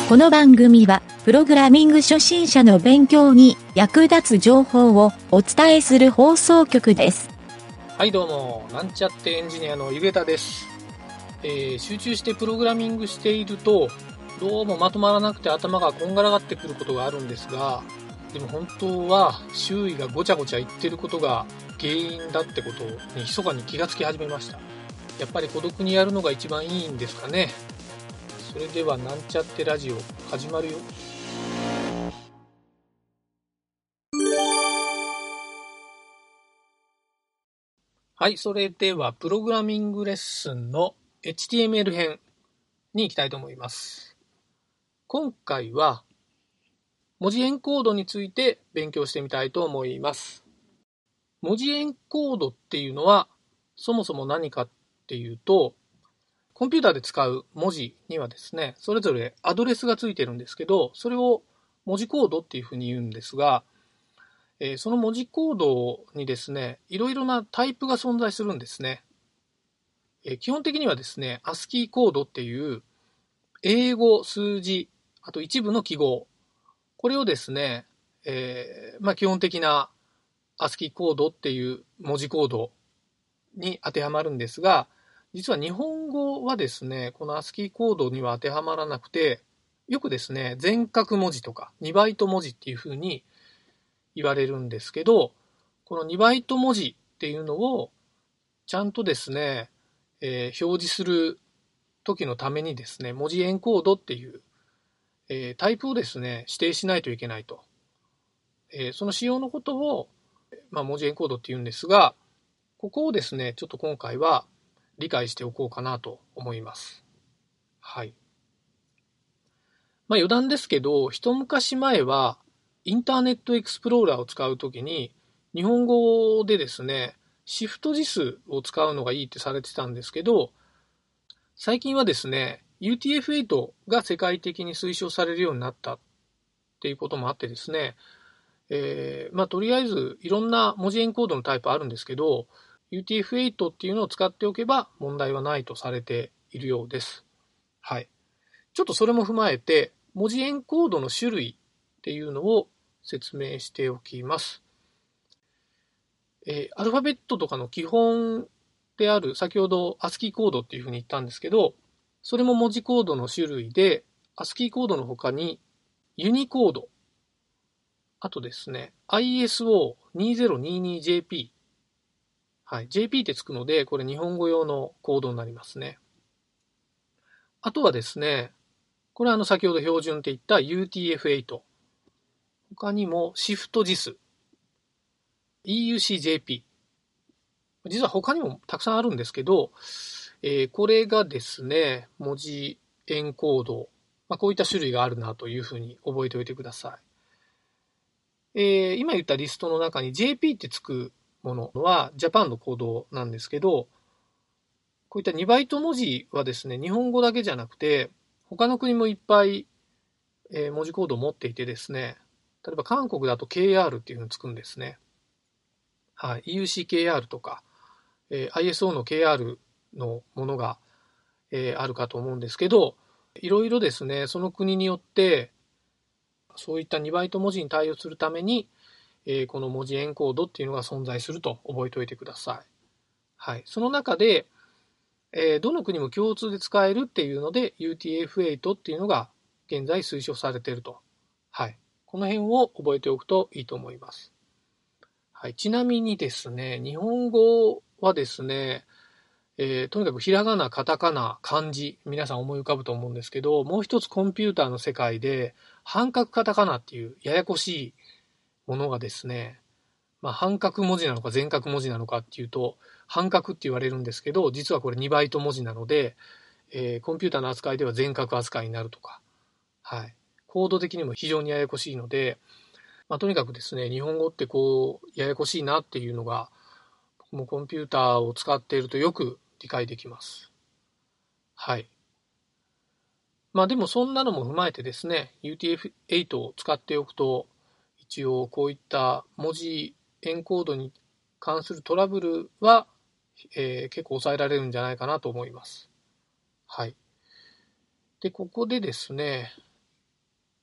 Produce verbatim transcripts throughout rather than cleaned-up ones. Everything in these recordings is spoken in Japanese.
この番組はプログラミング初心者の勉強に役立つ情報をお伝えする放送局です。 はいどうも、なんちゃってエンジニアのゆげたです。えー、集中してプログラミングしているとどうもまとまらなくて頭がこんがらがってくることがあるんですが、でも本当は周囲がごちゃごちゃ言ってることが原因だってことに密かに気がつき始めました。やっぱり孤独にやるのが一番いいんですかね。それではなんちゃってラジオ始まるよ。はい、それではプログラミングレッスンの エイチティーエムエル 編に行きたいと思います。今回は文字エンコードについて勉強してみたいと思います。文字エンコードっていうのはそもそも何かっていうと、コンピューターで使う文字にはですね、それぞれアドレスがついてるんですけど、それを文字コードっていうふうに言うんですが、えーその文字コードにですね、いろいろなタイプが存在するんですね。えー基本的にはですね、アスキー コードっていう英語、数字、あと一部の記号、これをですね、えーまあ、基本的なアスキー コードっていう文字コードに当てはまるんですが、実は日本語はですね、このアスキー コードには当てはまらなくて、よくですね、全角文字とかにバイト文字っていうふうに言われるんですけど、このにバイト文字っていうのをちゃんとですね、えー表示する時のためにですね、文字エンコードっていう、えータイプをですね、指定しないといけないと。えーその仕様のことを、まあ、文字エンコードっていうんですが、ここをですね、ちょっと今回は理解しておこうかなと思います。はい。まあ余談ですけど、一昔前はインターネットエクスプローラーを使うときに、日本語でですね、シフト字数を使うのがいいってされてたんですけど、最近はですね、ユーティーエフエイト が世界的に推奨されるようになったっていうこともあってですね、えーまあとりあえずいろんな文字エンコードのタイプあるんですけど、ユーティーエフエイト っていうのを使っておけば問題はないとされているようです。はい。ちょっとそれも踏まえて、文字エンコードの種類っていうのを説明しておきます。えーアルファベットとかの基本である、先ほど アスキー コードっていうふうに言ったんですけど、それも文字コードの種類で、アスキー コードの他にユニコード、あとですね、アイエスオーにせんにじゅうにジェーピー、はい、ジェーピー ってつくので、これ日本語用のコードになりますね。あとはですね、これはあの先ほど標準って言った ユーティーエフエイト。他にもシフトジス、イーユーシージェーピー。実は他にもたくさんあるんですけど、えーこれがですね、文字エンコード、まあ、こういった種類があるなというふうに覚えておいてください。えー今言ったリストの中に ジェーピー ってつくものはジャパンのコードなんですけど、こういったにバイト文字はですね、日本語だけじゃなくて、他の国もいっぱい、えー文字コードを持っていてですね、例えば韓国だと ケーアール っていうのにつくんですね。はい、イーユーシーケーアール とか、えー アイエスオー の ケーアール のものが、えーあるかと思うんですけど、いろいろですね、その国によって、そういったにバイト文字に対応するために、えーこの文字エンコードっていうのが存在すると覚えておいてください。はい、その中で、えーどの国も共通で使えるっていうので ユーティーエフエイト っていうのが現在推奨されていると。はい。この辺を覚えておくといいと思います。はい。ちなみにですね、日本語はですね、えーとにかくひらがな、カタカナ、漢字、皆さん思い浮かぶと思うんですけど、もう一つコンピューターの世界で、半角カタカナっていうややこしいものがですね、まあ、半角文字なのか全角文字なのかっていうと、半角って言われるんですけど、実はこれにバイト文字なので、えーコンピューターの扱いでは全角扱いになるとか、はい。コード的にも非常にややこしいので、まあ、とにかくですね、日本語ってこう、ややこしいなっていうのが、僕もコンピューターを使っているとよく理解できます。はい。まあでもそんなのも踏まえてですね、ユーティーエフエイト を使っておくと、一応こういった文字エンコードに関するトラブルは、えー結構抑えられるんじゃないかなと思います。はい。で、ここでですね、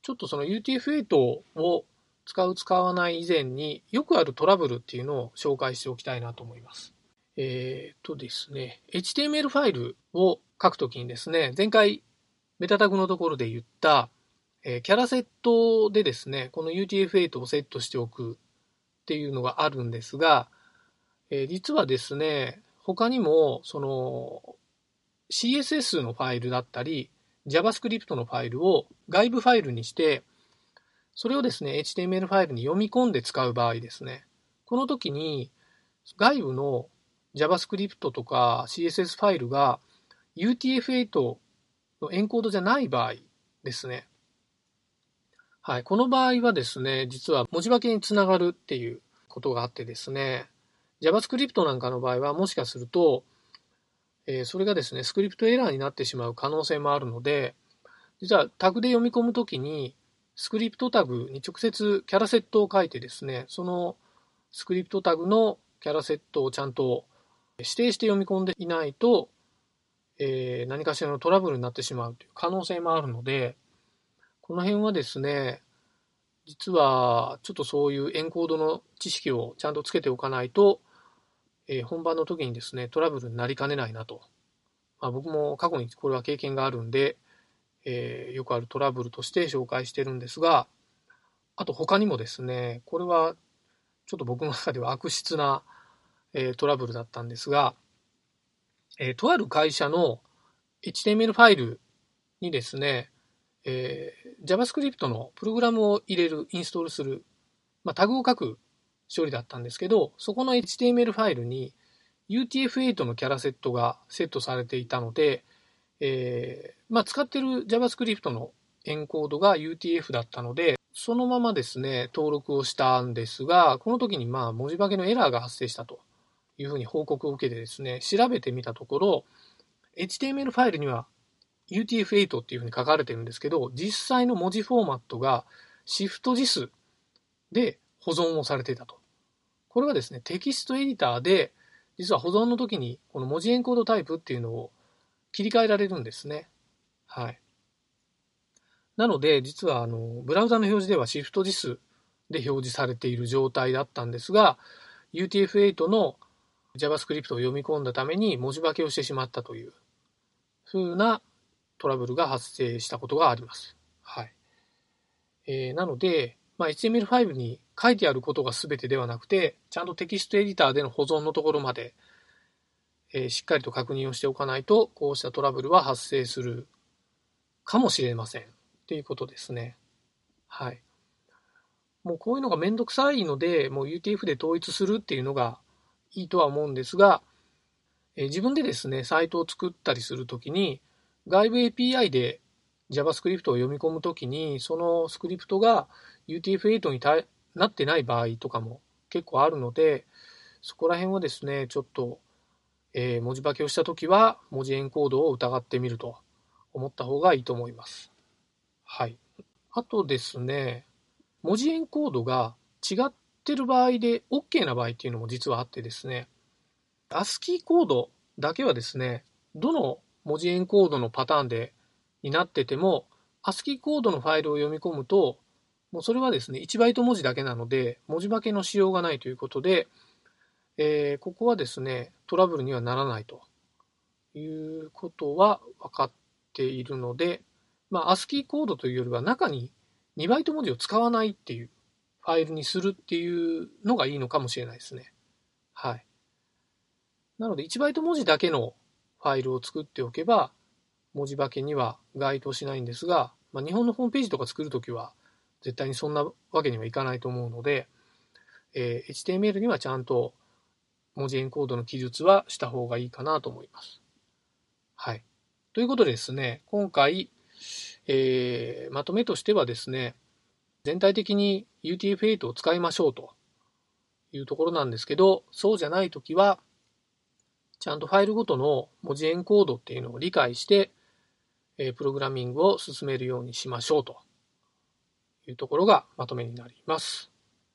ちょっとその ユーティーエフエイト を使う使わない以前によくあるトラブルっていうのを紹介しておきたいなと思います。えー、っとですね、エイチティーエムエル ファイルを書くときにですね、前回メタタグのところで言った、えー、キャラセットでですね、この ユーティーエフエイト をセットしておくっていうのがあるんですが、えー、実はですね、他にもその シーエスエス のファイルだったり、JavaScript のファイルを外部ファイルにして、それをですね、エイチティーエムエル ファイルに読み込んで使う場合ですね、この時に外部の JavaScript とか シーエスエス ファイルが ユーティーエフエイト のエンコードじゃない場合ですね。はい、この場合はですね、実は文字化けにつながるっていうことがあってですね、JavaScript なんかの場合はもしかすると、えー、それがですね、スクリプトエラーになってしまう可能性もあるので、実はタグで読み込むときに、スクリプトタグに直接キャラセットを書いてですね、そのスクリプトタグのキャラセットをちゃんと指定して読み込んでいないと、えー、何かしらのトラブルになってしまうという可能性もあるので、この辺はですね、実はちょっとそういうエンコードの知識をちゃんとつけておかないと、えー、本番の時にですね、トラブルになりかねないなと。まあ、僕も過去にこれは経験があるんで、えー、よくあるトラブルとして紹介してるんですが、あと他にもですね、これはちょっと僕の中では悪質な、えー、トラブルだったんですが、えー、とある会社の エイチティーエムエル ファイルにですね、えー、JavaScript のプログラムを入れる、インストールする、まあ、タグを書く処理だったんですけど、そこの エイチティーエムエル ファイルに ユーティーエフエイト のキャラセットがセットされていたので、えーまあ、使っている JavaScript のエンコードが ユーティーエフ だったので、そのままですね、登録をしたんですが、この時にまあ文字化けのエラーが発生したというふうに報告を受けてですね、調べてみたところ、エイチティーエムエル ファイルには ユーティーエフエイト っていうふうに書かれてるんですけど、実際の文字フォーマットが シフトジス で保存をされていたと。これはですね、テキストエディターで、実は保存の時にこの文字エンコードタイプっていうのを切り替えられるんですね。はい。なので、実はあのブラウザの表示では シフトジス で表示されている状態だったんですが、ユーティーエフエイト の JavaScript を読み込んだために文字化けをしてしまったという風なトラブルが発生したことがあります。はい。えー、なので、まあ、エイチティーエムエル ファイルに書いてあることが全てではなくて、ちゃんとテキストエディターでの保存のところまで、えー、しっかりと確認をしておかないと、こうしたトラブルは発生するかもしれません。っていうことですね。はい。もうこういうのがめんどくさいので、もう ユーティーエフ で統一するっていうのがいいとは思うんですが、えー、自分でですね、サイトを作ったりするときに、外部 エーピーアイ で JavaScript を読み込むときに、そのスクリプトが ユーティーエフエイト になってない場合とかも結構あるので、そこら辺はですね、ちょっと、えー、文字化けをしたときは、文字エンコードを疑ってみると思った方がいいと思います。はい。あとですね、文字エンコードが違ってる場合で OK な場合っていうのも実はあってですね、アスキー コードだけはですね、どの文字エンコードのパターンでになってても、アスキー コードのファイルを読み込むと、もうそれはですね、いちバイト文字だけなので、文字化けのしようがないということで、えー、ここはですね、トラブルにはならないということは分かっているので、まあ、アスキー コードというよりは中ににバイト文字を使わないっていうファイルにするっていうのがいいのかもしれないですね。はい。なのでいちバイト文字だけのファイルを作っておけば文字化けには該当しないんですが、まあ、日本のホームページとか作るときは絶対にそんなわけにはいかないと思うので、えー、エイチティーエムエル にはちゃんと文字エンコードの記述はした方がいいかなと思います。はい。ということでですね、今回、えー、まとめとしてはですね、全体的に ユーティーエフエイト を使いましょうというところなんですけど、そうじゃないときは、ちゃんとファイルごとの文字エンコードっていうのを理解して、プログラミングを進めるようにしましょうというところがまとめになります。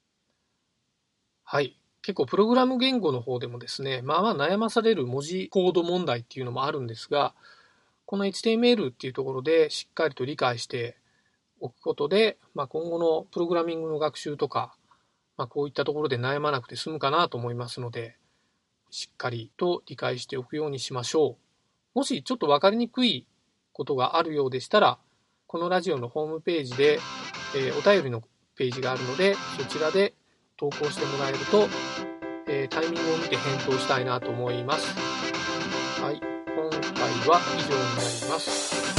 はい。結構プログラム言語の方でもですね、まあまあ悩まされる文字コード問題っていうのもあるんですが、この エイチティーエムエル っていうところでしっかりと理解しておくことで、まあ、今後のプログラミングの学習とか、まあ、こういったところで悩まなくて済むかなと思いますので、しっかりと理解しておくようにしましょう。もしちょっと分かりにくいことがあるようでしたら、このラジオのホームページで、えー、お便りのページがあるので、そちらで投稿してもらえると、えー、タイミングを見て返答したいなと思います。はい、今回は以上になります。